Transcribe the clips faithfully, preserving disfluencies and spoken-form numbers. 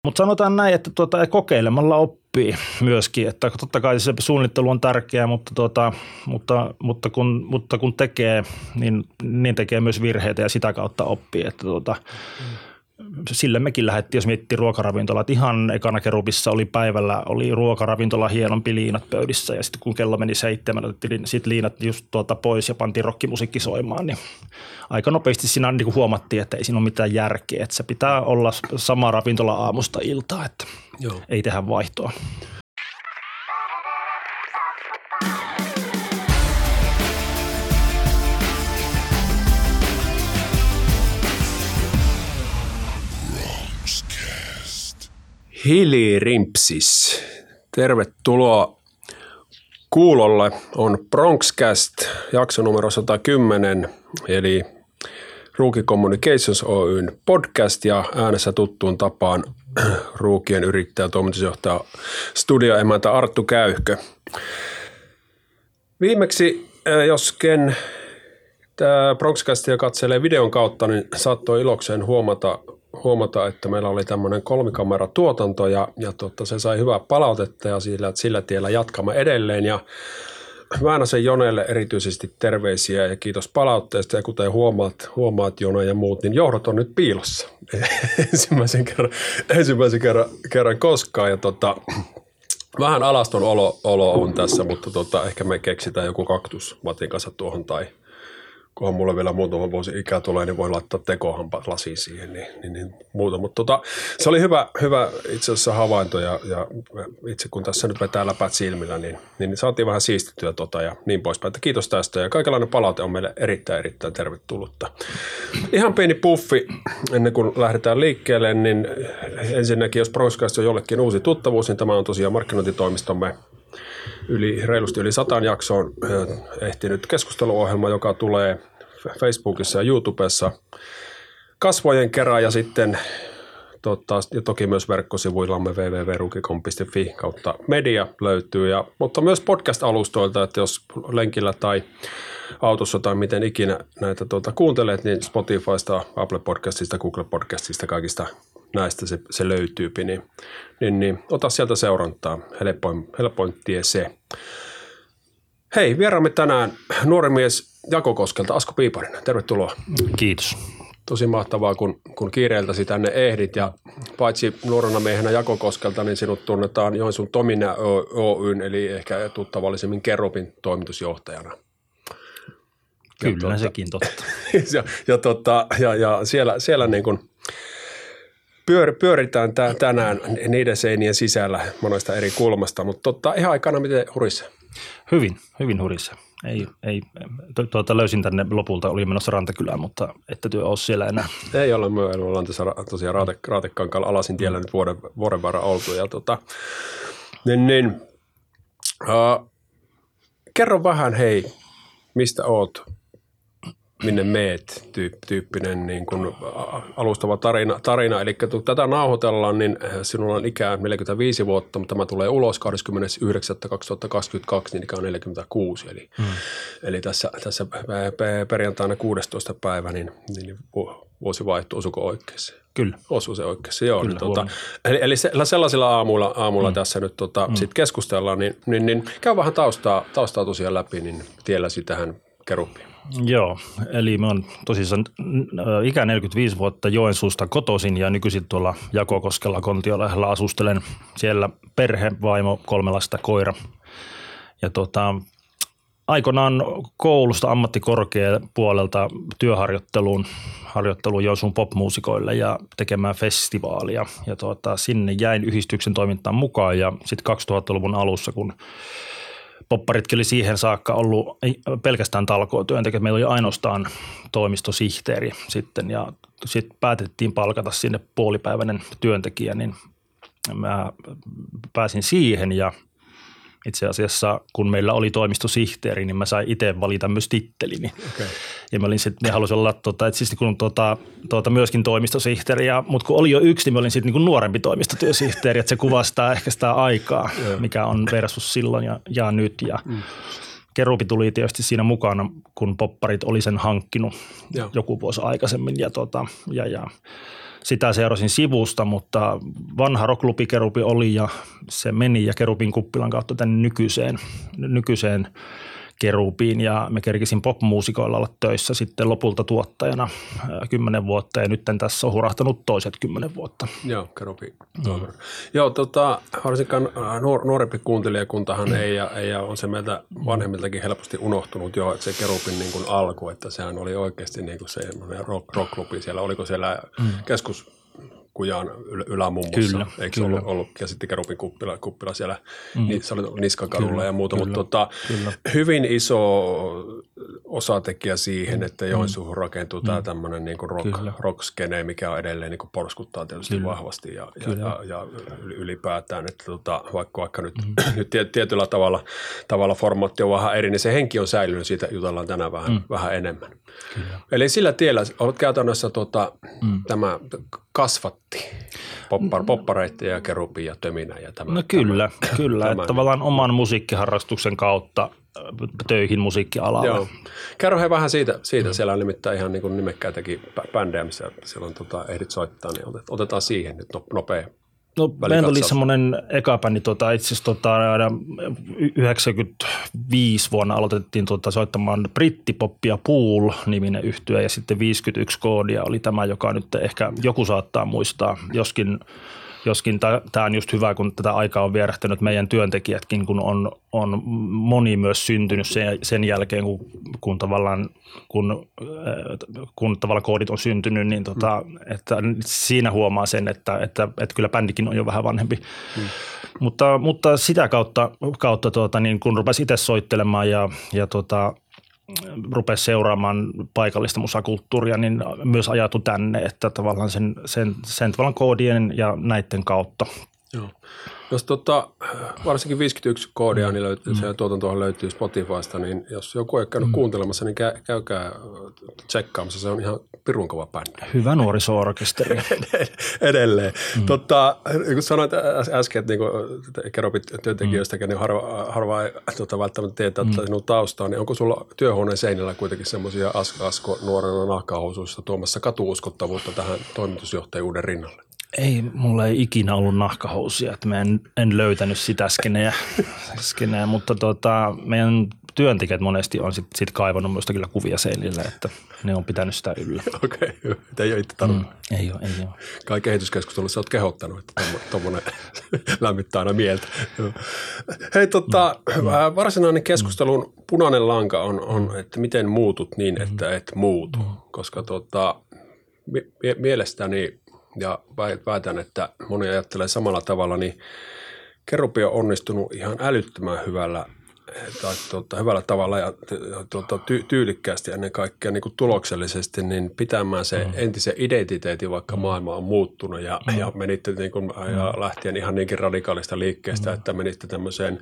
Mutta sanotaan näin, että tuota, kokeilemalla oppii myöskin, että totta kai se suunnittelu on tärkeää, mutta, tuota, mutta, mutta, kun, mutta kun tekee, niin, niin tekee myös virheitä ja sitä kautta oppii. Että tuota, mm. Sille mekin lähdettiin, jos miettii ruokaravintolat. Ihan ekana Kerubissa oli päivällä, oli ruokaravintola hienompi liinat pöydissä ja sitten kun kello meni seitsemän, otettiin sit liinat just tuolta pois ja pantiin rockimusiikki soimaan, niin aika nopeasti siinä niin huomattiin, että ei siinä ole mitään järkeä, että se pitää olla sama ravintola aamusta iltaa, että Joo. ei tehdä vaihtoa. Hilirimpsis. Tervetuloa kuulolle. On Bronxcast, jakso numero sata kymmenen, eli Ruuki Communications Oyn podcast ja äänessä tuttuun tapaan Ruukien yrittäjä, toimitusjohtaja, studioemäntä Arttu Käyhkö. Viimeksi, jos ken tämä Bronxcastia katselee videon kautta, niin saattoi ilokseen huomata, huomata, että meillä oli tämmöinen kolmikameratuotanto ja, ja totta, se sai hyvää palautetta ja sillä, sillä tiellä jatkamme edelleen ja Väänäsen Jonelle erityisesti terveisiä ja kiitos palautteesta ja kuten huomaat, huomaat Jone ja muut, niin johdot on nyt piilossa ensimmäisen kerran, ensimmäisen kerran, kerran koskaan ja tota, vähän alaston olo, olo on tässä, mutta tota, ehkä me keksitään joku kaktus Matin kanssa tuohon tai kunhan mulla vielä muutama vuosi ikää tulee, niin voin laittaa tekohampat lasiin siihen, niin, niin, niin muuta. Mutta tota, se oli hyvä, hyvä itse asiassa havainto ja, ja itse kun tässä nyt vetää läpät silmillä, niin, niin saatiin vähän siistittyä tota ja niin poispäin. Että kiitos tästä ja kaikenlainen palaute on meille erittäin, erittäin tervetullutta. Ihan pieni puffi ennen kuin lähdetään liikkeelle, niin ensinnäkin jos Bronxcast on jollekin uusi tuttavuus, niin tämä on tosiaan markkinointitoimistomme yli, reilusti yli sataan jaksoon ehtinyt keskusteluohjelma, joka tulee Facebookissa ja YouTubessa kasvojen kerran ja sitten tota, ja toki myös verkkosivuillamme double-u double-u double-u piste ruukicom piste fi kautta media löytyy, ja, mutta myös podcast-alustoilta, että jos lenkillä tai autossa tai miten ikinä näitä tuota, kuuntelet, niin Spotifysta, Apple Podcastista, Google Podcastista, kaikista näistä se, se löytyy, niin, niin, niin ota sieltä seurantaa, helpoin, helpoin tie se. Hei, vieraamme tänään nuori mies Jakokoskelta, Asko Piiparinen, tervetuloa. Kiitos. Tosi mahtavaa, kun, kun kiireiltäsi tänne ehdit ja paitsi nuorena miehenä Jakokoskelta, niin sinut tunnetaan Joensuun Tomina Oyn, eli ehkä tuttavallisemmin Kerubin toimitusjohtajana. Kyllä, tuota, sekin totta. ja, ja, tota, ja, ja siellä, siellä niin kuin pyör, pyöritään tä, tänään niiden seinien sisällä monesta eri kulmasta, mutta tota, ihan aikana miten hurissa? Hyvin, hyvin hurissa. Ei, ei, tuota, löysin tänne lopulta, oli menossa Rantakylään, mutta ette työ ole siellä enää. Ei ole myö, ollaan tässä tosiaan raate, Raatekankaalla Alasin tiellä nyt vuoden, vuoden verran oltu. Ja tota, niin, niin, uh, kerro vähän, hei, mistä oot, minne meet, tyyp, tyyppinen niin kuin alustava tarina, tarina. Eli kun tätä nauhoitellaan, niin sinulla on ikää neljäkymmentäviisi vuotta, mutta tämä tulee ulos kahdeskymmenes yhdeksäs kaksituhattakaksikymmentäkaksi, niin on neljäkymmentäkuusi. Eli, hmm. eli tässä, tässä perjantaina kuudestoista päivä, niin, niin vuosi vaihtuu, osuuko oikeassa? Kyllä. Osuu se oikeassa, joo. Kyllä, niin, tota, eli, eli sellaisilla aamuilla, aamulla hmm. tässä nyt tota, hmm. sit keskustellaan, niin, niin, niin käy vähän taustaa, taustaa tosiaan läpi, niin tielläsi tähän Kerubiin. Joo, eli mä oon tosissaan ikä neljäkymmentäviisi vuotta Joensuusta kotoisin ja nykyisin tuolla Jakokoskella Kontiolähdellä asustelen. Siellä perhe, vaimo, kolme lasta, koira. Ja tota, aikoinaan koulusta ammattikorkeapuolelta työharjoitteluun harjoitteluun Joensuun popmuusikoille ja tekemään festivaalia. Ja tota, sinne jäin yhdistyksen toimintaan mukaan ja sitten kaksituhattaluvun alussa, kun popparitkin oli siihen saakka ollut pelkästään talkootyöntekijät. Meillä oli ainoastaan toimistosihteeri sitten ja sitten päätettiin palkata sinne puolipäiväinen työntekijä, niin mä pääsin siihen ja itse asiassa kun meillä oli toimistosihteeri, niin mä sain itse valita myös tittelini. Okay. Ja mä olin sitten, ne halusin olla tota, että siis kun tuota, tuota myöskin toimistosihteeri, ja, mutta kun oli jo yksi, niin mä olin sitten niin nuorempi toimistotyösihteeri, että se kuvastaa ehkä sitä aikaa, mikä on versus silloin ja, ja nyt. Ja mm. Kerubi tuli tietysti siinä mukana, kun popparit oli sen hankkinut Joo. joku vuosi aikaisemmin ja, tota, ja, ja sitä seurasin sivusta, mutta vanha rockklubi Kerubi oli ja se meni ja Kerubin kuppilan kautta tänne nykyiseen, nykyiseen Kerubiin ja me kerkisin popmuusikoilla olla töissä sitten lopulta tuottajana kymmenen vuotta ja nyt tässä on hurahtanut toiset kymmenen vuotta. Joo, Kerubi. Mm. Joo, tota, varsinkaan nuor, nuorempi kuuntelijakuntahan ei ja, ei ja on se meiltä vanhemmiltakin helposti unohtunut jo, että se Kerubin niin kuin alku, että sehän oli oikeasti niin kuin se rock, rockklubi siellä, oliko siellä mm. keskus Kujaan ylä, ylämummossa, kyllä, eikö kyllä. se ollut, ollut, ja sitten Kerubin kuppila, kuppila siellä, mm. niin se oli Niskakadulla kyllä, ja muuta, kyllä, mutta tota, hyvin iso osatekijä siihen, että Joensuuhun rakentuu mm. tämä tämmöinen niin kuin rock, rock-skene, mikä on edelleen niin kuin porskuttaa tietysti kyllä. vahvasti ja, ja, ja, ja ylipäätään, että tota, vaikka, vaikka nyt, mm. nyt tietyllä tavalla, tavalla formaatti on vähän eri, niin se henki on säilynyt, siitä jutellaan tänään vähän, mm. vähän enemmän. Kyllä. Eli sillä tiellä olet käytännössä tota, mm. tämä kasvatti poppar, poppareita ja Kerubia ja töminä ja tämä. No kyllä, tämä, kyllä. tämä, että tavallaan oman musiikkiharrastuksen kautta töihin musiikkialalla. Joo. Kerro he vähän siitä, siitä. Mm. Siellä on nimittäin ihan niin kuin nimekkäitäkin bändejä, missä silloin tota, ehdit soittaa, niin otetaan siihen nyt nopea. No meillä oli semmoinen eka bändi, tota, itse asiassa tota, yhdeksänkymmentäviisi vuonna aloitettiin tota, soittamaan brittipoppia Pool-niminen yhtye ja sitten viisikymmentäyksi koodia oli tämä, joka nyt ehkä joku saattaa muistaa, joskin Joskin tämä on just hyvä, kun tätä aikaa on vierähtänyt meidän työntekijätkin, kun on, on moni myös syntynyt sen, sen jälkeen, kun, kun, tavallaan, kun, kun tavallaan koodit on syntynyt, niin tota, että siinä huomaa sen, että, että, että kyllä bändikin on jo vähän vanhempi. Mm. Mutta, mutta sitä kautta, kautta tuota, niin kun rupesi itse soittelemaan ja, ja tota, rupesi seuraamaan paikallista musakulttuuria, niin myös ajatu tänne, että tavallaan sen, sen, sen tavallaan koodien ja näiden kautta. Joo. Jos tota, varsinkin viisikymmentäyksi koodia, niin löytyy, mm. se tuotantohan löytyy Spotifysta, niin jos joku ei käynyt mm. kuuntelemassa, niin käy, käykää tsekkaamassa, se on ihan pirun kova bändi. Hyvä nuoriso-orkesteri. Edelleen. Mm. Tota, kun sanoit äsken, että niin Kerubin työntekijöistä, mm. niin harva, harva ei tota, välttämättä tietää mm. sinun taustaa, niin onko sulla työhuoneen seinällä kuitenkin semmoisia Asko, Asko nuorena nahkahousuissa tuomassa katuuskottavuutta tähän toimitusjohtajuuden rinnalle? Ei, mulla ei ikinä ollut nahkahousia, että mä en, en löytänyt sitä skeneä, skeneä mutta tota, meidän työntekijät monesti on sitten sit kaivannut minusta kyllä kuvia seinille, että ne on pitänyt sitä yllä. Okei, okay, ei ole itse tarvinnut. Mm, ei ole, ei ole. Kai kehityskeskustelussa olet kehottanut, että tuommoinen lämmittää aina mieltä. Hei, tota, mm. varsinainen keskustelun punainen lanka on, on, että miten muutut niin, että et muutu, mm. koska tota, mie- mielestäni ja väitän, että moni ajattelee samalla tavalla, niin Kerubi on onnistunut ihan älyttömän hyvällä, tai tuota, hyvällä tavalla ja tuota, ty, tyylikkäästi ennen kaikkea niin kuin tuloksellisesti niin pitämään se mm. entisen identiteetin, vaikka mm. maailma on muuttunut ja, mm. ja menitte niin kuin, ja lähtien ihan niinkin radikaalista liikkeestä, mm. että menitte tämmöiseen,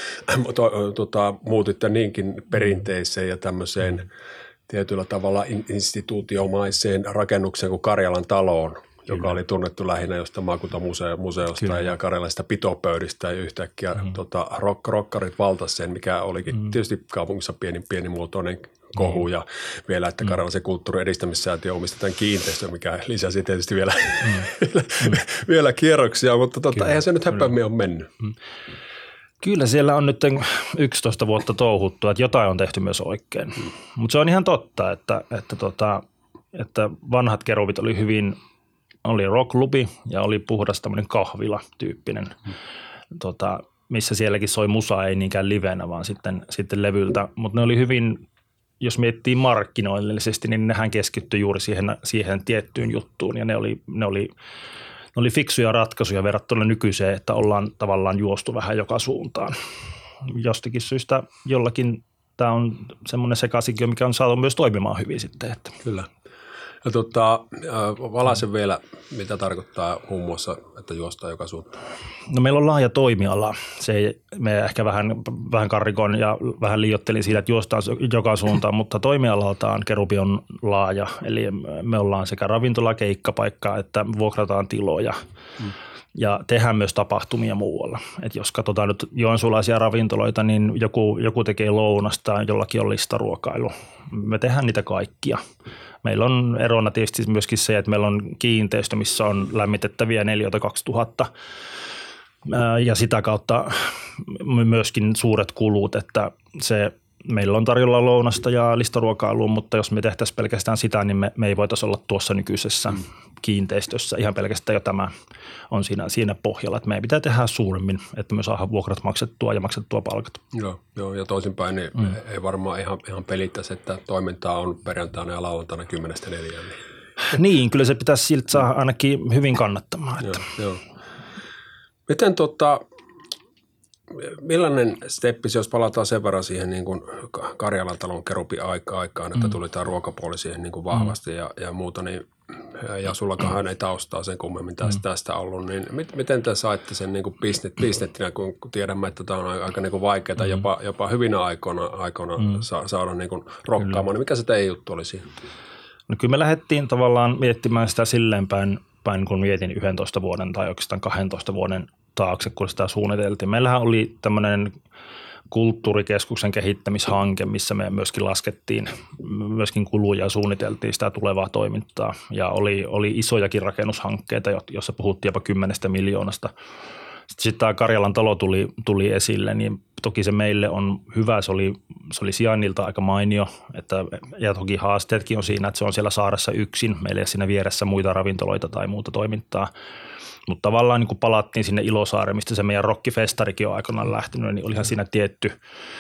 to, tuota, muutitte niinkin perinteiseen ja tämmöiseen mm. tietyllä tavalla instituutiomaiseen rakennukseen kuin Karjalan taloon, joka Kyllä. oli tunnettu lähinnä jostain maakuntamuseosta Kyllä. ja karjalaisista pitopöydistä ja yhtäkkiä mm. tota, rock, rockarit valtasi sen, mikä olikin mm. tietysti kaupungissa pieni, pienimuotoinen kohu mm. ja vielä, että mm. karjalaisen kulttuurin edistämissäätiö omistetaan kiinteistö, mikä lisäsi tietysti vielä, mm. mm. vielä kierroksia, mutta tota, eihän se nyt häpäämme ole mennyt. Mm. Kyllä siellä on nyt yksitoista vuotta touhuttu, että jotain on tehty myös oikein, mm. mutta se on ihan totta, että, että, tota, että vanhat Kerubit oli hyvin oli rockklubi ja oli puhdas tämmöinen kahvila-tyyppinen, hmm. tota, missä sielläkin soi musa, ei niinkään livenä, vaan sitten, sitten levyltä. Mutta ne oli hyvin, jos miettii markkinoillisesti, niin nehän keskittyi juuri siihen, siihen tiettyyn juttuun. Ja ne oli, ne, oli, ne oli fiksuja ratkaisuja verrattuna nykyiseen, että ollaan tavallaan juostu vähän joka suuntaan. Jostakin syystä jollakin tämä on semmoinen sekaisinkin, mikä on saatu myös toimimaan hyvin sitten. Että. Kyllä. Ja tota, valaisen vielä, mitä tarkoittaa muun muassa, että juostaan joka suuntaan? No meillä on laaja toimiala. Se ei, me ehkä vähän, vähän karrikoin ja vähän liioittelin siitä, että juostaan joka suuntaan, mutta toimialaltaan Kerubi on laaja. Eli me ollaan sekä ravintola, keikkapaikka, että vuokrataan tiloja. Hmm. Ja tehdään myös tapahtumia muualla. Et jos katsotaan nyt joensuulaisia ravintoloita, niin joku, joku tekee lounasta, jollakin on listaruokailu. Me tehdään niitä kaikkia. Meillä on erona tietysti myöskin se, että meillä on kiinteistö, missä on lämmitettäviä neliöitä kaksituhatta ja sitä kautta myöskin suuret kulut, että se meillä on tarjolla lounasta ja listaruokailua, mutta jos me tehtäisiin pelkästään sitä, niin me, me ei voitaisiin olla tuossa nykyisessä mm. kiinteistössä. Ihan pelkästään jo tämä on siinä, siinä pohjalla, että meidän pitää tehdä suuremmin, että me saadaan vuokrat maksettua ja maksettua palkat. Joo, joo ja toisinpäin niin mm. ei varmaan ihan, ihan pelittäisi, että toimintaa on perjantaina ja lauantaina kymmenestä neljään. Niin. niin, kyllä se pitäisi siltä saada ainakin hyvin kannattamaan. Että. Joo, joo. Miten tota... Millainen steppi, jos palataan sen verran siihen niin kuin Karjalan talon kerupin aika aikaan, että tuli tämä ruokapuoli siihen niin kuin vahvasti mm. ja, ja muuta, niin, ja sullakaan ei taustaa sen kummemmin tästä, mm. tästä ollut, niin mit, miten te saitte sen niin kuin bisnet, bisnettinä, kun tiedämme, että tämä on aika niin kuin vaikeaa, mm. jopa, jopa hyvinä aikoina, aikoina mm. sa, saada niin kuin rokkaamaan, niin mikä se teidän juttu oli siinä? No kyllä me lähdettiin tavallaan miettimään sitä silleen päin, päin kun mietin yhdentoista vuoden tai oikeastaan kahdentoista vuoden taakse, kun sitä suunniteltiin. Meillähän oli tämmöinen kulttuurikeskuksen kehittämishanke, missä me myöskin laskettiin myöskin kuluja ja suunniteltiin sitä tulevaa toimintaa. Ja oli, oli isojakin rakennushankkeita, joissa puhuttiin jopa kymmenestä miljoonasta. Sitten, sitten tämä Karjalan talo tuli, tuli esille, niin toki se meille on hyvä. Se oli, se oli sijainnilta aika mainio, että, ja toki haasteetkin on siinä, että se on siellä saaressa yksin. Meillä ei ole siinä vieressä muita ravintoloita tai muuta toimintaa. Mutta tavallaan niin kun palattiin sinne Ilosaareen, mistä se meidän rockifestarikin on aikanaan lähtenyt, niin olihan siinä tietty,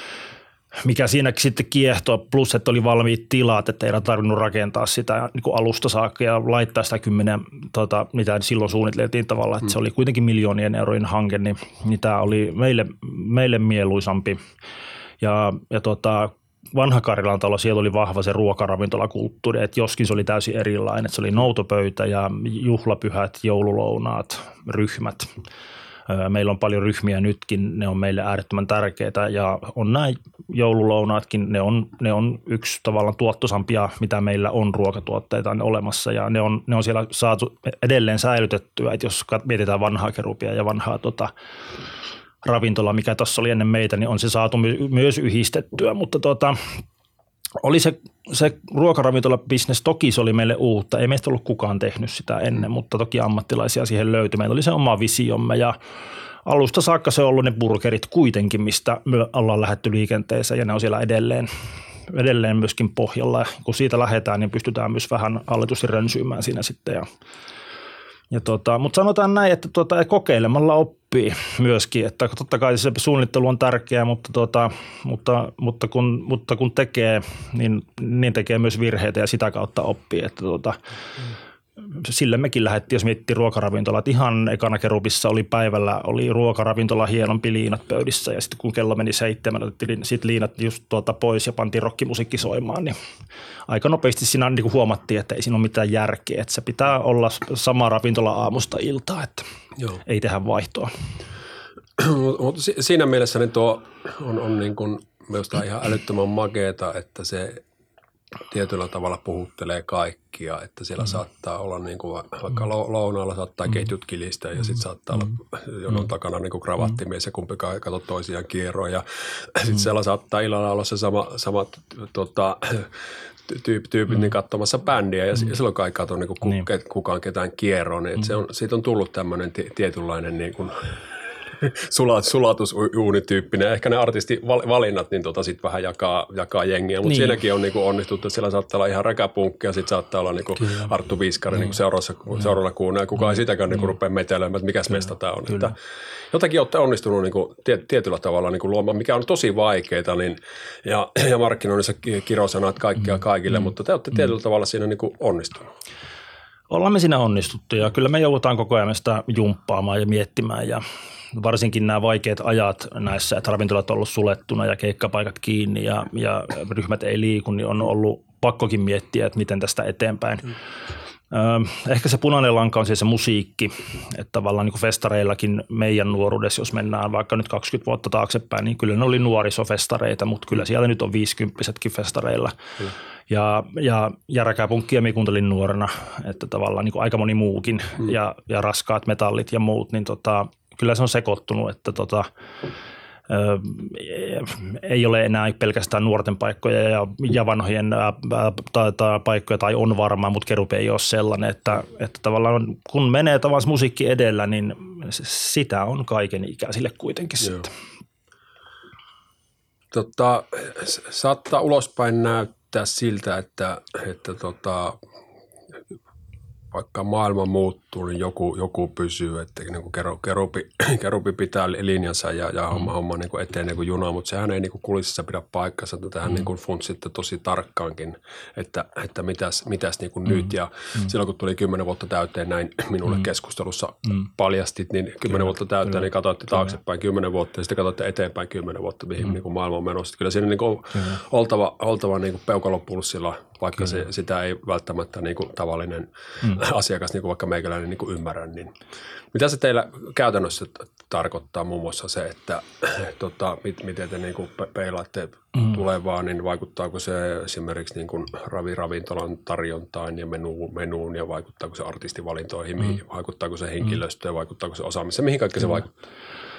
mikä siinäkin sitten kiehtoo, plus että oli valmiit tilat, että ei tarvinnut rakentaa sitä niin kuin alusta saakka ja laittaa sitä kymmenen, tota, mitä silloin suunniteltiin tavallaan, että mm. se oli kuitenkin miljoonien eurojen hanke, niin, niin tämä oli meille, meille mieluisampi. Ja, ja tota, vanha Karjalan talo, siellä oli vahva se ruokaravintolakulttuuri, että joskin se oli täysin erilainen, että se oli noutopöytä ja juhlapyhät, joululounaat, ryhmät. Meillä on paljon ryhmiä nytkin, ne on meille äärettömän tärkeitä ja on nämä joululounaatkin, ne on, ne on yksi tavallaan tuottosampia, mitä meillä on ruokatuotteita olemassa ja ne on, ne on siellä saatu edelleen säilytettyä, että jos mietitään vanhaa kerupia ja vanhaa tota, ravintola, mikä tuossa oli ennen meitä, niin on se saatu my- myös yhdistettyä, mutta tota, oli se, se ruokaravintolabisnes, toki se oli meille uutta, ei meistä ollut kukaan tehnyt sitä ennen, mutta toki ammattilaisia siihen löytyi. Meillä oli se oma visiomme ja alusta saakka se on ollut ne burgerit kuitenkin, mistä me ollaan lähdetty liikenteeseen ja ne on siellä edelleen, edelleen myöskin pohjalla. Ja kun siitä lähdetään, niin pystytään myös vähän hallitusti rönsyymään siinä sitten ja Ja tota, mutta sanotaan näin, että tota, kokeilemalla oppii myöskin, että totta kai se suunnittelu on tärkeää, mutta, tota, mutta, mutta, kun, mutta kun tekee, niin, niin tekee myös virheitä ja sitä kautta oppii. Että tota, mm. Sille mekin lähdettiin, jos miettii ruokaravintolat. Ihan ekana kerupissa oli päivällä, oli ruokaravintola hienompi liinat pöydissä ja sitten kun kello meni seitsemän, otettiin sit liinat just tuolta pois ja pantiin rockimusiikki soimaan, niin aika nopeasti siinä niin kuin huomattiin, että ei siinä ole mitään järkeä, että se pitää olla sama ravintola aamusta iltaa, että Joo. ei tehdä vaihtoa. Mutta siinä mielessä niin tuo on, on niin kuin minusta ihan älyttömän makeeta, että se tietyllä tavalla puhuttelee kaikkia, että siellä mm. saattaa olla niin kuin vaikka mm. lounaalla saattaa mm. ketjut kilistä ja mm. sitten saattaa mm. olla jonon takana niin kuin kravattimies ja kumpikaan ei katso toisiaan kierroon ja mm. sitten siellä saattaa illalla olla se sama, sama tota, tyyp, tyypit mm. niin katsomassa bändiä ja mm. silloin kai katso niin kuin niin. kukaan ketään kierroon, niin mm. se on, siitä on tullut tämmöinen t- tietynlainen niin kuin Sulat, sulatusuunityyppinen. Ehkä ne artistivalinnat niin tota sit vähän jakaa, jakaa jengiä, mutta niin. siinäkin on niinku onnistuttu, että siellä saattaa olla ihan räkäpunkki ja sitten saattaa olla niinku Arttu Viiskari niin. niinku seuraavassa, seuraavalla kuunnella ja kukaan ei sitäkään niinku rupea metelemään, että mikäs mesta tämä on. Että jotakin olette onnistunut niinku tiet, tietyllä tavalla niinku luomaan, mikä on tosi vaikeaa niin, ja, ja markkinoinnissa kirosanat kaikkea kaikille, mm. mutta te olette tietyllä mm. tavalla siinä niinku onnistunut. Ollaan me siinä onnistuttu ja kyllä me joudutaan koko ajan sitä jumppaamaan ja miettimään ja varsinkin nämä vaikeat ajat näissä, että ravintolat on ollut sulettuna ja keikkapaikat kiinni ja, ja ryhmät ei liiku, niin on ollut pakkokin miettiä, että miten tästä eteenpäin. Mm. Ehkä se punainen lanka on siis se musiikki, että tavallaan niin kuin festareillakin meidän nuoruudessa, jos mennään vaikka nyt kaksikymmentä vuotta taaksepäin, niin kyllä ne oli nuorisofestareita, mutta kyllä siellä nyt on viisikymppisetkin festareilla. Mm. Ja, ja, ja räkäpunkkia minä kuuntelin nuorena, että tavallaan niin kuin aika moni muukin mm. ja, ja raskaat metallit ja muut, niin tota, kyllä se on sekoittunut, että tota, ei ole enää pelkästään nuorten paikkoja ja, ja vanhojen ää, tai, tai paikkoja, tai on varmaan, mutta Kerubi ei ole sellainen, että, että tavallaan kun menee tavallaan musiikki edellä, niin sitä on kaiken ikäisille kuitenkin Joo. sitten. Tota, saattaa ulospäin näyttää siltä, että, että tota, vaikka maailma muuttuu, niin joku, joku pysyy, että niin kerubi, kerubi pitää linjansa ja, ja homma, homma niin kuin eteen niin kuin juna, mutta sehän ei niin kuin kulississa pidä paikkansa. Tähän mm. niin kuin funtsitte tosi tarkkaankin, että, että mitäs, mitäs niin kuin mm. nyt. Ja mm. silloin kun tuli kymmenen vuotta täyteen, näin minulle mm. keskustelussa mm. paljastit, niin kymmenen kyllä, vuotta täyteen, kyllä, niin katsoitte taaksepäin kymmenen vuotta ja sitten katsoitte eteenpäin kymmenen vuotta, mihin mm. niin kuin maailma on menossa. Kyllä siinä niin kuin on oltava, oltava niin kuin peukalopulssilla, vaikka se, sitä ei välttämättä niin kuin tavallinen mm. asiakas, niin kuin vaikka meikäläinen, niin kuin ymmärrä. Niin. Mitä se teillä käytännössä tarkoittaa muun muassa se, että tota, mit, miten te niin kuin peilaatte mm. tulevaa, niin vaikuttaako se esimerkiksi niin kuin ravi-ravintolan tarjontaan ja menuun, menuun ja vaikuttaako se artistivalintoihin, mm. vaikuttaako se henkilöstöön, vaikuttaako se osaamiseen, mihin kaikki se mm. vaikuttaa?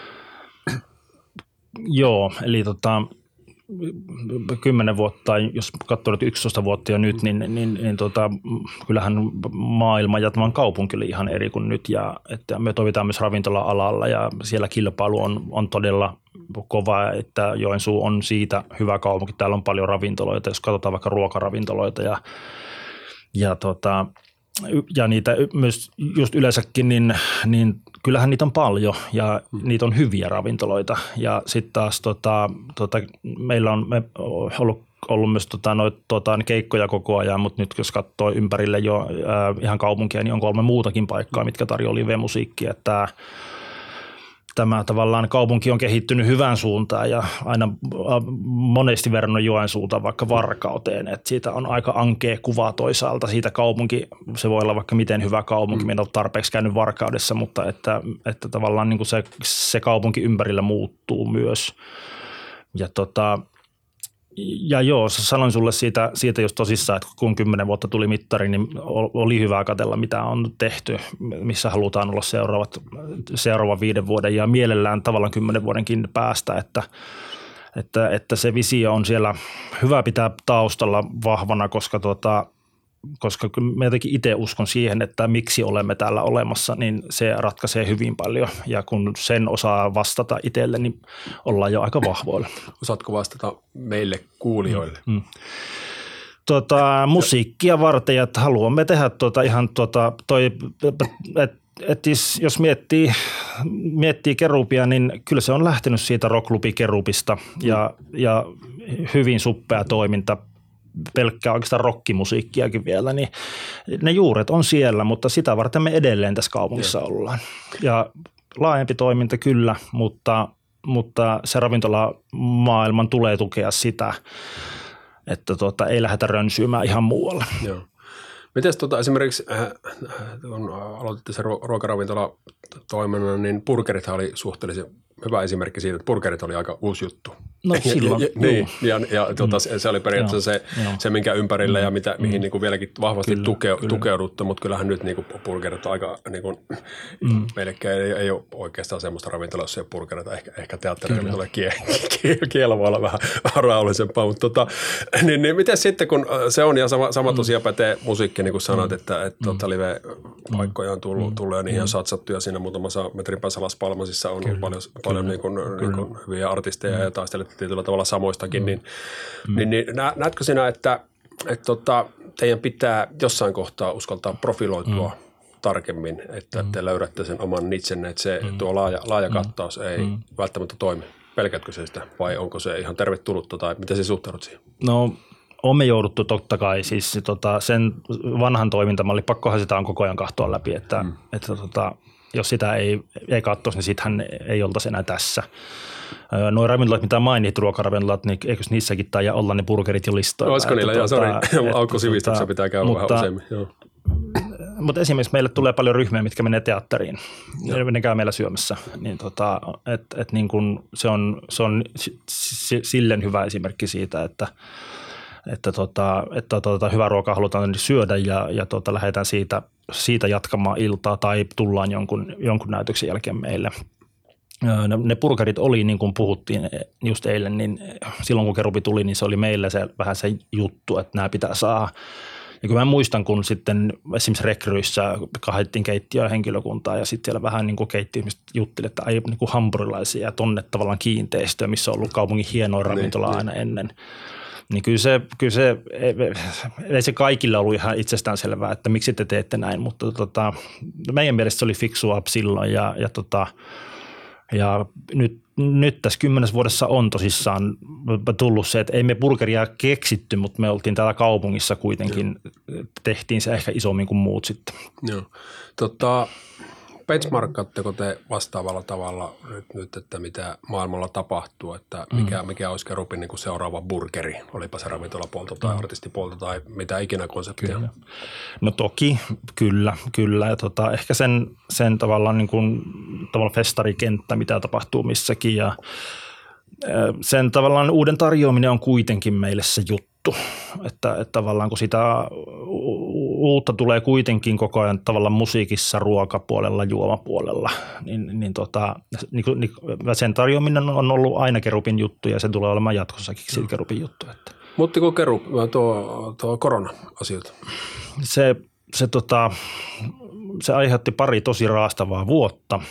Joo, eli tota, kymmenen vuotta, jos katsoo nyt yksitoista vuotta jo nyt, niin, niin, niin, niin tota, kyllähän maailma ja tämän kaupunki oli ihan eri kuin nyt. Ja että me toimitaan myös ravintola-alalla ja siellä kilpailu on, on todella kova, että Joensuu on siitä hyvä kaupunki. Täällä on paljon ravintoloita, jos katsotaan vaikka ruokaravintoloita ja, ja tota, ja niitä myös just yleensäkin, niin, niin kyllähän niitä on paljon ja niitä on hyviä ravintoloita. Ja sitten taas tota, tota, meillä on me ollut, ollut myös tota, noit, tota, keikkoja koko ajan, mutta nyt jos katsoo ympärille jo ää, ihan kaupunkia, niin on kolme muutakin paikkaa, mitkä tarjoaa live-musiikkia. Tämä, tämä tavallaan kaupunki on kehittynyt hyvään suuntaan ja aina monesti verran Joensuuta vaikka Varkauteen, että siitä on aika ankea kuva toisaalta siitä kaupunki, se voi olla vaikka miten hyvä kaupunki, mm. minä olen tarpeeksi käynyt Varkaudessa, mutta että, että tavallaan niin kuin se, se kaupunki ympärillä muuttuu myös ja tota, ja joo, sanoin sulle siitä, siitä just tosissaan, että kun kymmenen vuotta tuli mittari, niin oli hyvä katsella, mitä on tehty, missä halutaan olla seuraavat, seuraavan viiden vuoden ja mielellään tavallaan kymmenen vuodenkin päästä, että, että, että se visio on siellä hyvä pitää taustalla vahvana, koska tuota, koska mä jotenkin itse uskon siihen, että miksi olemme täällä olemassa, niin se ratkaisee hyvin paljon. Ja kun sen osaa vastata itselle, niin ollaan jo aika vahvoilla. Osaatko vastata meille kuulijoille? Mm, mm. Tota, musiikkia varten, että haluamme tehdä tuota ihan tuota, toi, että et jos miettii, miettii Kerubia, niin kyllä se on lähtenyt siitä rockklubi Kerubista ja, ja hyvin suppea toiminta. Pelkkää oikeastaan rockimusiikkiakin vielä, niin ne juuret on siellä, mutta sitä varten me edelleen tässä kaupungissa ja. ollaan. Ja laajempi toiminta kyllä, mutta, mutta se ravintolamaailman tulee tukea sitä, että tuota, ei lähdetä rönsyymään ihan muualle. Joo. Miten tuota, esimerkiksi, äh, kun aloititte sen ruokaravintola toiminnan, niin burgerithan oli suhteellisen hyvä esimerkki siitä, että burgerit oli aika uusi juttu. No silloin. Ja, ja, niin, ja, ja tuota, mm. se oli periaatteessa se, se, minkä ympärillä mm. ja mitä, mm. mihin niin kuin vieläkin vahvasti kyllä, tuke, kyllä. tukeudutte, mutta kyllähän nyt niin kuin burgerit on aika, niin kuin, mm. meillekään ei, ei ole oikeastaan semmoista ravintolaa, jos ei ole burgereita, ehkä, ehkä teatterilla tulee kie, kie, kielä voi olla vähän rauhallisempaa, mutta tota, niin, niin miten sitten, kun se on ja sama, sama tosiaan pätee musiikki, niin kuin sanoit, mm. että, että mm. tuota, live-paikkoja on tullut, mm. tullut ja niihin on satsattu ja siinä muutamassa metrin päässä Las Palmasissa on kyllä. paljon paljon niin kuin, niin kuin hyviä artisteja mm. ja taistelette tietyllä tavalla samoistakin, mm. niin, mm. niin, niin näetkö sinä, että, että tota, teidän pitää jossain kohtaa uskaltaa profiloitua mm. tarkemmin, että mm. te löydätte sen oman nitsenne, että se mm. tuo laaja, laaja mm. kattaus ei mm. välttämättä toimi. Pelkäätkö se sitä vai onko se ihan tervetullutta tai miten se suhtaudut siihen? No olemme jouduttu totta kai, siis tota, sen vanhan toimintamalli, pakkohan sitä on koko ajan kahtoa läpi, että, mm. että tota, jos sitä ei, ei katsoisi, niin sittenhän ei oltaisi enää tässä. Nuo ravintolat, mitä mainit, ruokaravintolat, niin eikö niissäkin tai olla ne burgerit jo listoilla? Olisiko niillä? Joo, sori. Aukko sivistyksen pitää käydä mutta, vähän useammin. Joo. Mutta esimerkiksi meille tulee paljon ryhmiä, mitkä menee teatteriin. Joo. Ne käy meillä syömässä. Niin tota, et, et niin kun se on, se on silleen hyvä esimerkki siitä, että että, tota, että tota, hyvä ruokaa halutaan syödä ja, ja tota, lähdetään siitä, siitä jatkamaan iltaa tai tullaan jonkun, jonkun näytöksen jälkeen meille. Ne, ne purkarit oli, niin kuin puhuttiin just eilen, niin silloin kun Kerubi tuli, niin se oli meillä se, vähän se juttu, että nämä pitää saada. Ja kyllä mä muistan, kun sitten esimerkiksi rekryissä kahdettiin keittiöä henkilökuntaa ja sitten siellä vähän niin kuin keittiöihmiset jutteli, että ai niin kuin hampurilaisia ja tonne tavallaan kiinteistöä, missä on ollut kaupungin hienoin ravintola niin, aina niin. ennen. Niin kyllä se, kyllä se, ei se kaikille ollut ihan itsestäänselvää, että miksi te teette näin, mutta tota, meidän mielestä se oli fiksua silloin ja, ja, tota, ja nyt, nyt tässä kymmenessä vuodessa on tosissaan tullut se, että ei me burgeria keksitty, mutta me oltiin täällä kaupungissa kuitenkin, Joo. tehtiin se ehkä isommin kuin muut sitten. Joo. Tota, benchmarkkaatteko te vastaavalla tavalla nyt, nyt, että mitä maailmalla tapahtuu, että mikä, mm. mikä olisi Kerubin niin kuin seuraava burgeri, olipa se ravintolapuolta tai mm. artistipuolta tai mitä ikinä konseptia? Kyllä. No toki, kyllä, kyllä. Ja tota, ehkä sen, sen tavallaan, niin kuin, tavallaan festarikenttä, mitä tapahtuu missäkin ja sen tavallaan uuden tarjoaminen on kuitenkin meille se juttu, että, että tavallaan kun sitä uutta tulee kuitenkin koko ajan tavallaan musiikissa, ruokapuolella, juomapuolella, niin, niin, tota, niin, niin sen tarjoaminen on ollut aina Kerubin juttu ja se tulee olemaan jatkossakin no. Kerubin juttu. Että. Muuttiko Kerub tuo, tuo korona-asioita? Se, se, tota, se aiheutti pari tosi raastavaa vuotta.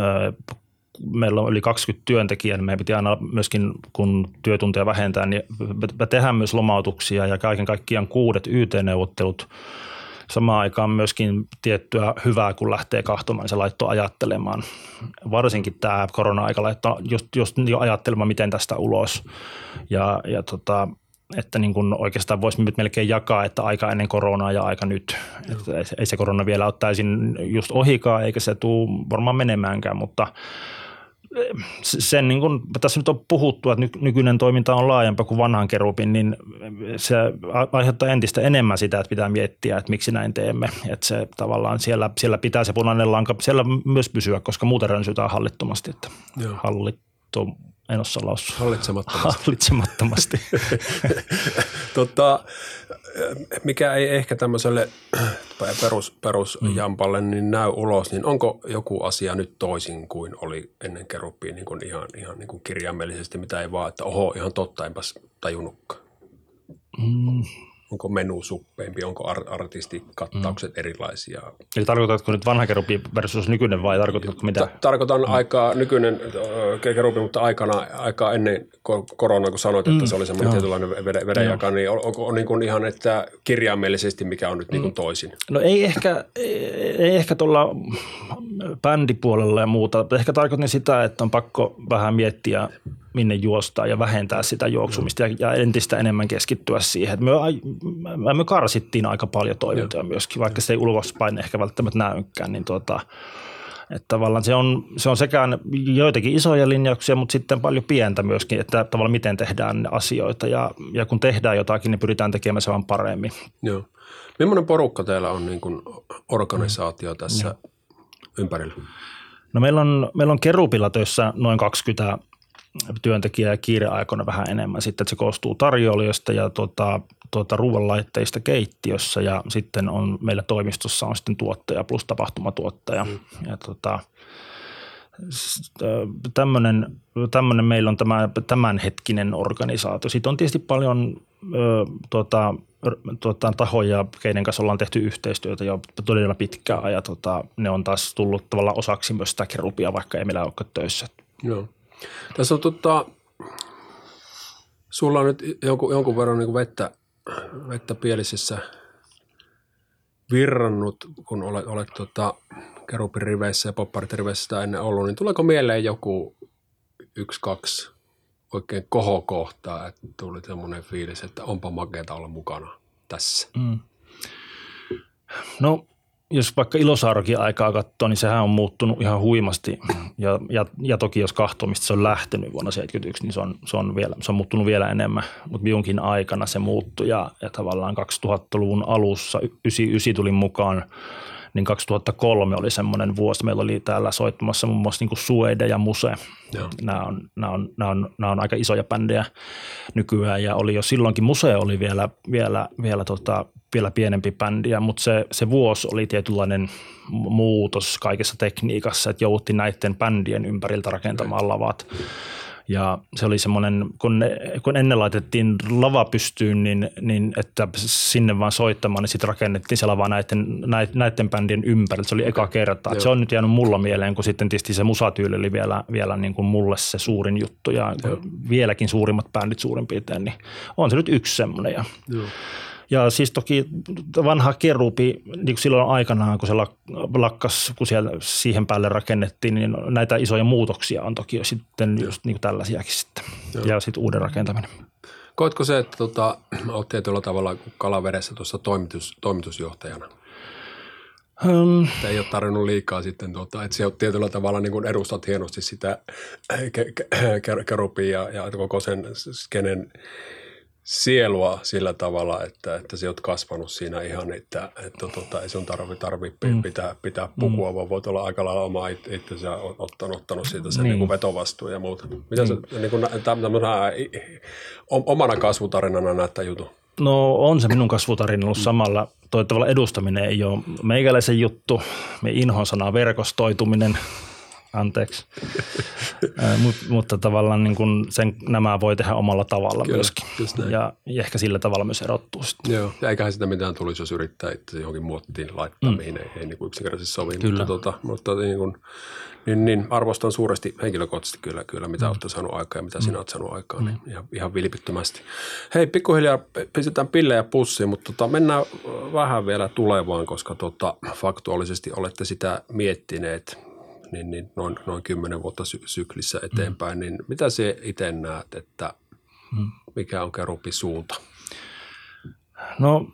Meillä on yli kaksikymmentä työntekijää, niin meidän piti aina myöskin, kun työtunteja vähentää, niin me tehdään myös lomautuksia ja kaiken kaikkiaan kuudet Y T-neuvottelut. Samaan aikaan myöskin tiettyä hyvää, kun lähtee kahtomaan, se laittoi ajattelemaan. Varsinkin tämä korona-aika laittoi just, just jo ajattelemaan, miten tästä ulos. Ja, ja tota, että niin kuin oikeastaan voisi nyt melkein jakaa, että aika ennen koronaa ja aika nyt. Että ei se korona vielä ole täysin just ohikaan, eikä se tule varmaan menemäänkään, mutta sen niin kuin tässä nyt on puhuttu, että nykyinen toiminta on laajempaa kuin vanhan Kerubin, niin se aiheuttaa entistä enemmän sitä, että pitää miettiä, että miksi näin teemme. Että se tavallaan siellä, siellä pitää se punainen lanka siellä myös pysyä, koska muuten rönsytään hallittomasti, että Joo. hallittu, en osaa lausua. Hallitsemattomasti. Hallitsemattomasti. tota, mikä ei ehkä tämmöiselle perus, perusjampalle niin näy ulos, niin onko joku asia nyt toisin kuin oli ennen Kerubia niin kuin ihan, ihan niin kuin kirjaimellisesti, mitä ei vaan, että oho, ihan totta, enpäs tajunnutkaan. Mm. Onko menu suppeempi, onko artistikattaukset mm. erilaisia? Eli tarkoitatko nyt vanha Kerubi versus nykyinen vai tarkoitatko mitä? Ta- tarkoitan mm. aikaa nykyinen Kerubi, mutta aikana, aikaa ennen koronaa, kun sanoit, että mm. se oli semmoinen no. tietynlainen vedenjaka, niin onko on niin kuin ihan, että kirjaimellisesti mikä on nyt mm. niin kuin toisin? No ei ehkä, ei, ei ehkä tuolla bändipuolella ja muuta. Ehkä tarkoitin sitä, että on pakko vähän miettiä, minne juostaa ja vähentää sitä juoksumista ja, ja entistä enemmän keskittyä siihen. Me, me karsittiin aika paljon toimintoja Joo. myöskin, vaikka se ei ulospäin ehkä välttämättä näykään, niin tuota, että tavallaan se on, se on sekä joitakin isoja linjauksia, mutta sitten paljon pientä myöskin, että tavallaan miten tehdään asioita ja, ja kun tehdään jotakin, niin pyritään tekemään se vaan paremmin. Joo. Millainen porukka teillä on niin kuin organisaatio mm. tässä Joo. ympärillä? No meillä on, meillä on Kerubilla töissä noin kaksikymmentä työntekijää ja kiireaikoina vähän enemmän. Sitten se koostuu tarjoilijoista ja tuota, tuota, ruoanlaitteista keittiössä ja sitten on meillä toimistossa on sitten tuottaja plus tapahtumatuottaja. Mm. Ja tuota, tämmöinen, tämmöinen meillä on tämä tämänhetkinen organisaatio. Sitten on tietysti paljon ö, tuota, tuota, tahoja, keiden kanssa ollaan tehty yhteistyötä jo todella pitkään ja tuota, ne on taas tullut tavallaan osaksi myös sitä Kerubia, vaikka ei meillä olekaan töissä. Joo. Tässä on tota, sulla on nyt jonkun, jonkun verran niin kuin vettä, vettä pielisessä virrannut, kun olet, olet tota, Kerubin riveissä ja popparit riveissä sitä ennen ollut, niin tuleeko mieleen joku yksi, kaksi oikein kohokohtaa, että tuli semmoinen fiilis, että onpa makeata olla mukana tässä? Mm. No jos vaikka Ilosaarokin aikaa katsoo, niin sehän on muuttunut ihan huimasti ja, ja, ja toki jos katsoo, mistä se on lähtenyt vuonna seitsemänkymmentäyksi, niin se on, se on, vielä, se on muuttunut vielä enemmän, mutta minunkin aikana se muuttui ja, ja tavallaan kaksituhattaluvun alussa, yhdeksänkymmentäyhdeksän tulin mukaan, niin kaksituhattakolme oli semmoinen vuosi. Meillä oli täällä soittamassa muun muassa niin kuin Suede ja Muse. Nämä on, nämä, on, nämä, on, nämä on aika isoja bändejä nykyään ja oli jo silloinkin Muse oli vielä, vielä, vielä, tota, vielä pienempi bändi, mutta se, se vuosi oli tietynlainen muutos kaikessa tekniikassa, että jouduttiin näiden bändien ympäriltä rakentamaan lavat. Ja se oli semmoinen, kun, kun ennen laitettiin lava pystyyn, niin, niin että sinne vaan soittamaan, niin sitten rakennettiin se lava näiden, näiden bändien ympärillä. Se oli eka kerta. Se on nyt jäänyt mulla mieleen, kun sitten tietysti se musatyyli oli vielä, vielä niin kuin mulle se suurin juttu ja Joo. vieläkin suurimmat bändit suurin piirtein, niin on se nyt yksi semmoinen. Ja, ja siis toki vanha Kerubi, niin silloin aikanaan, kun se lakkas, kun siellä siihen päälle rakennettiin, niin näitä isoja muutoksia on toki jo sitten just niin kuin tällaisiakin sitten. Joo. Ja sitten uuden rakentaminen. Koetko se, että tota, olet tietyllä tavalla kalavedessä tuossa toimitus, toimitusjohtajana? Um, Että ei ole tarvinnut liikaa sitten, tuota, että se on tietyllä tavalla niin kuin edustat hienosti sitä Kerubia ja, ja koko sen skenen sielua sillä tavalla, että, että sä oot kasvanut siinä ihan, että, että tota, ei sun tarvi, tarvi mm. pitää, pitää pukua, mm. vaan voit olla aika lailla oma itse, sä oot ottanut, ottanut siitä sen niin. Niin kuin vetovastuun ja muuta. Mitä mm. sä niin kuin, tämmöisenä omana kasvutarinana näet tämän jutun? No on se minun kasvutarina ollut samalla. Toi tavalla edustaminen ei ole meikäläisen juttu. Me inhoan sanaa verkostoituminen. Anteeksi. Mut, mutta tavallaan niin kun sen, nämä voi tehdä omalla tavalla Kyllä, myöskin. Ja ehkä sillä tavalla myös erottuu sitten. Joo, ja eiköhän sitä mitään tulisi, jos yrittää itse johonkin muottiin laittaa, mm. mihin ei, ei niin kuin yksinkertaisesti sovi. Kyllä. Mutta, tota, mutta niin, kun, niin, niin arvostan suuresti henkilökohtaisesti kyllä, kyllä mitä mm. olette saanut aikaa ja mitä mm. sinä olet saanut aikaa, mm. niin ihan, ihan vilpittömästi. Hei, pikkuhiljaa pistetään pillejä pussiin, mutta tota, mennään vähän vielä tulevaan, koska tota, faktuaalisesti olette sitä miettineet. Niin, niin noin, noin kymmenen vuotta sy- syklissä eteenpäin, mm. niin mitä se itse näet, että mm. mikä on Kerubin suunta? No,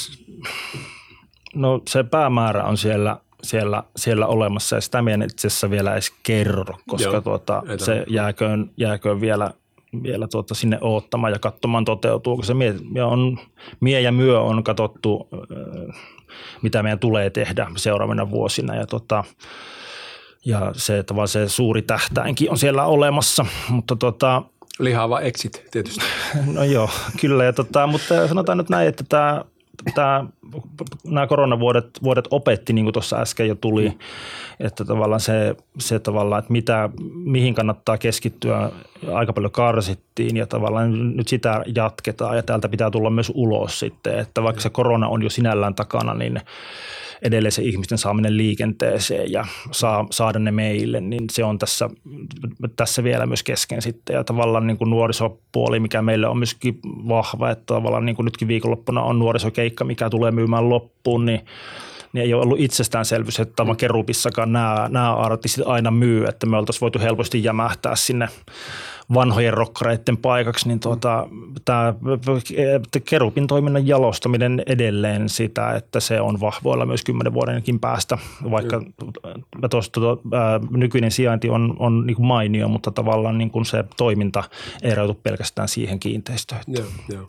no se päämäärä on siellä, siellä, siellä olemassa ja sitä minä en itse asiassa vielä edes kerro, koska Joo, tuota, se jääköön, jääköön vielä, vielä tuota sinne oottamaan ja katsomaan toteutuuko se. Mie, on, mie ja myö on katsottu, mitä meidän tulee tehdä seuraavina vuosina ja tuota, Ja se, se suuri tähtäinkin on siellä olemassa, mutta tota... Lihaava exit tietysti. No joo, kyllä. Ja tota, mutta sanotaan nyt näin, että tämä, tämä, nämä koronavuodet vuodet opetti, niin kuin tuossa äsken jo tuli, mm. että tavallaan se, se tavallaan, että mitä, mihin kannattaa keskittyä, aika paljon karsittiin ja tavallaan nyt sitä jatketaan ja täältä pitää tulla myös ulos sitten, että vaikka se korona on jo sinällään takana, niin edelleen se ihmisten saaminen liikenteeseen ja saa, saada ne meille, niin se on tässä, tässä vielä myös kesken sitten. Ja tavallaan niin kuin nuorisopuoli, mikä meille on myöskin vahva, että tavallaan niin kuin nytkin viikonloppuna on nuorisokeikka, mikä tulee myymään loppuun, niin, niin ei ole ollut itsestäänselvyys, että tämä Kerubissakaan nämä, nämä artistit aina myy, että me oltaisiin voitu helposti jämähtää sinne vanhojen rokkareiden paikaksi, niin tuota, tämä Kerubin toiminnan jalostaminen edelleen sitä, että se on vahvoilla myös kymmenen vuodenkin päästä, vaikka mm. tuosta, ää, nykyinen sijainti on, on niin kuin mainio, mutta tavallaan niin kuin se toiminta ei rautu pelkästään siihen kiinteistöön. Joo, joo.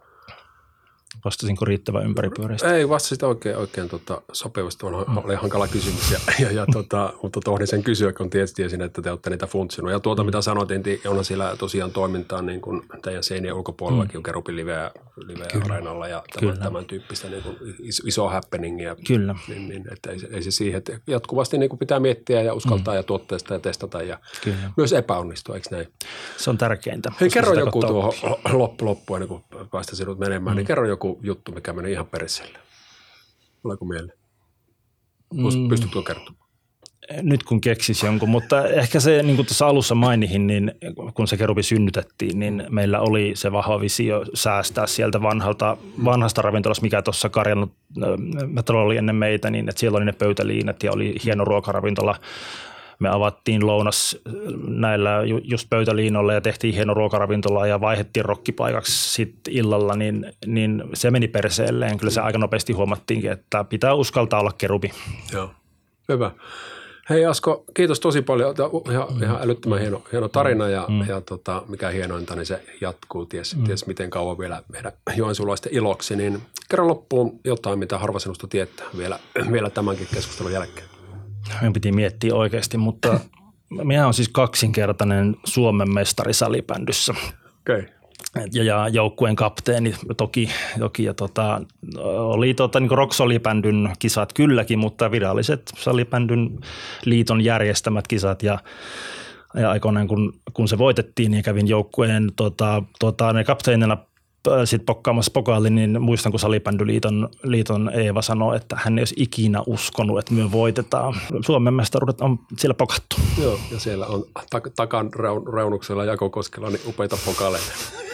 Vastasinko riittävän ympäripyöreästi? Ei, vastasit oikein, oikein tota, sopivasti. On, mm. oli hankala kysymys, ja, ja, ja, tota, mutta tohdin sen kysyä, kun tiesin, että te olette niitä funtsinut. Ja tuota, mm. mitä sanoitin, on siellä tosiaan toimintaa niin kuin teidän seinien ulkopuolellakin, mm. on Kerubin liveä, liveä areenalla ja tämän, tämän tyyppistä niin kuin iso happeningia. Kyllä. Niin, niin, että ei, ei se siihen, että jatkuvasti niin kuin pitää miettiä ja uskaltaa mm. ja tuotteista ja testata ja Kyllä. myös epäonnistua, eikö näin? Se on tärkeintä. Hei, kerro joku tuohon loppu, loppuun, ennen kuin päästä sinut menemään, mm. niin kerro joku juttu, mikä meni ihan perisselle. Oliko mieleen? Mm. Pystytkö kertomaan? Nyt kun keksis jonkun, mutta ehkä se, niin kuin tuossa alussa mainihin, niin kun se Kerubi synnytettiin, niin meillä oli se vahva visio säästää sieltä vanhalta, vanhasta ravintolasta, mikä tuossa Karjan metrolla oli ennen meitä, niin että siellä oli ne pöytäliinat ja oli hieno ruokaravintola. Me avattiin lounas näillä just pöytäliinoilla ja tehtiin hieno ruokaravintola ja vaihdettiin rokkipaikaksi sitten illalla, niin, niin se meni perseelleen. Kyllä se aika nopeasti huomattiinkin, että pitää uskaltaa olla Kerubi. Joo, hyvä. Hei Asko, kiitos tosi paljon. Ihan, ihan älyttömän hieno, hieno tarina ja, mm. ja tota, mikä hienointa, niin se jatkuu ties, mm. ties miten kauan vielä meidän joensuulaisten iloksi. Niin kerro loppuun jotain, mitä harva sinusta tietää vielä, vielä tämänkin keskustelun jälkeen. Minun piti miettiä oikeasti, mutta minä olen siis kaksinkertainen Suomen mestari salibändyssä. Okei. Okay. Ja, ja joukkueen kapteeni toki, toki ja tota, oli tota, niin rock-salibändyn kisat kylläkin, mutta viralliset salibändyn liiton järjestämät kisat ja, ja aikoinaan kun, kun se voitettiin, niin kävin joukkueen tota, tota, ne kapteenina sitten pokkaamassa pokaali, niin muistan, kun Salibändyliiton liiton Eeva sanoi, että hän ei olisi ikinä uskonut, että me voitetaan. Suomen mestaruudet on siellä pokattu. Joo, ja siellä on tak- takan reunuksella Jakokoskella niin upeita pokaaleja.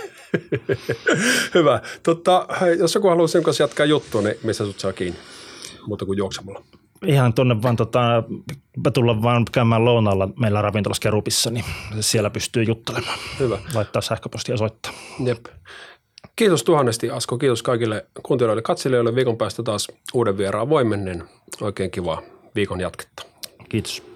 Hyvä. Totta, hei, jos joku haluaa sinun kanssa jatkaa juttua, niin missä sut saa kiinni? Muuta kuin juoksemalla. Ihan tuonne vaan tota, tulla vaan käymään lounaalla meillä ravintolassa Kerupissa, niin siellä pystyy juttelemaan. Hyvä. Laittaa sähköpostia ja soittaa. Jep. Kiitos tuhannesti Asko, kiitos kaikille kuuntelijoille ja katselijoille. Viikon päästä taas uuden vieraan voimen, niin oikein kivaa viikon jatketta. Kiitos.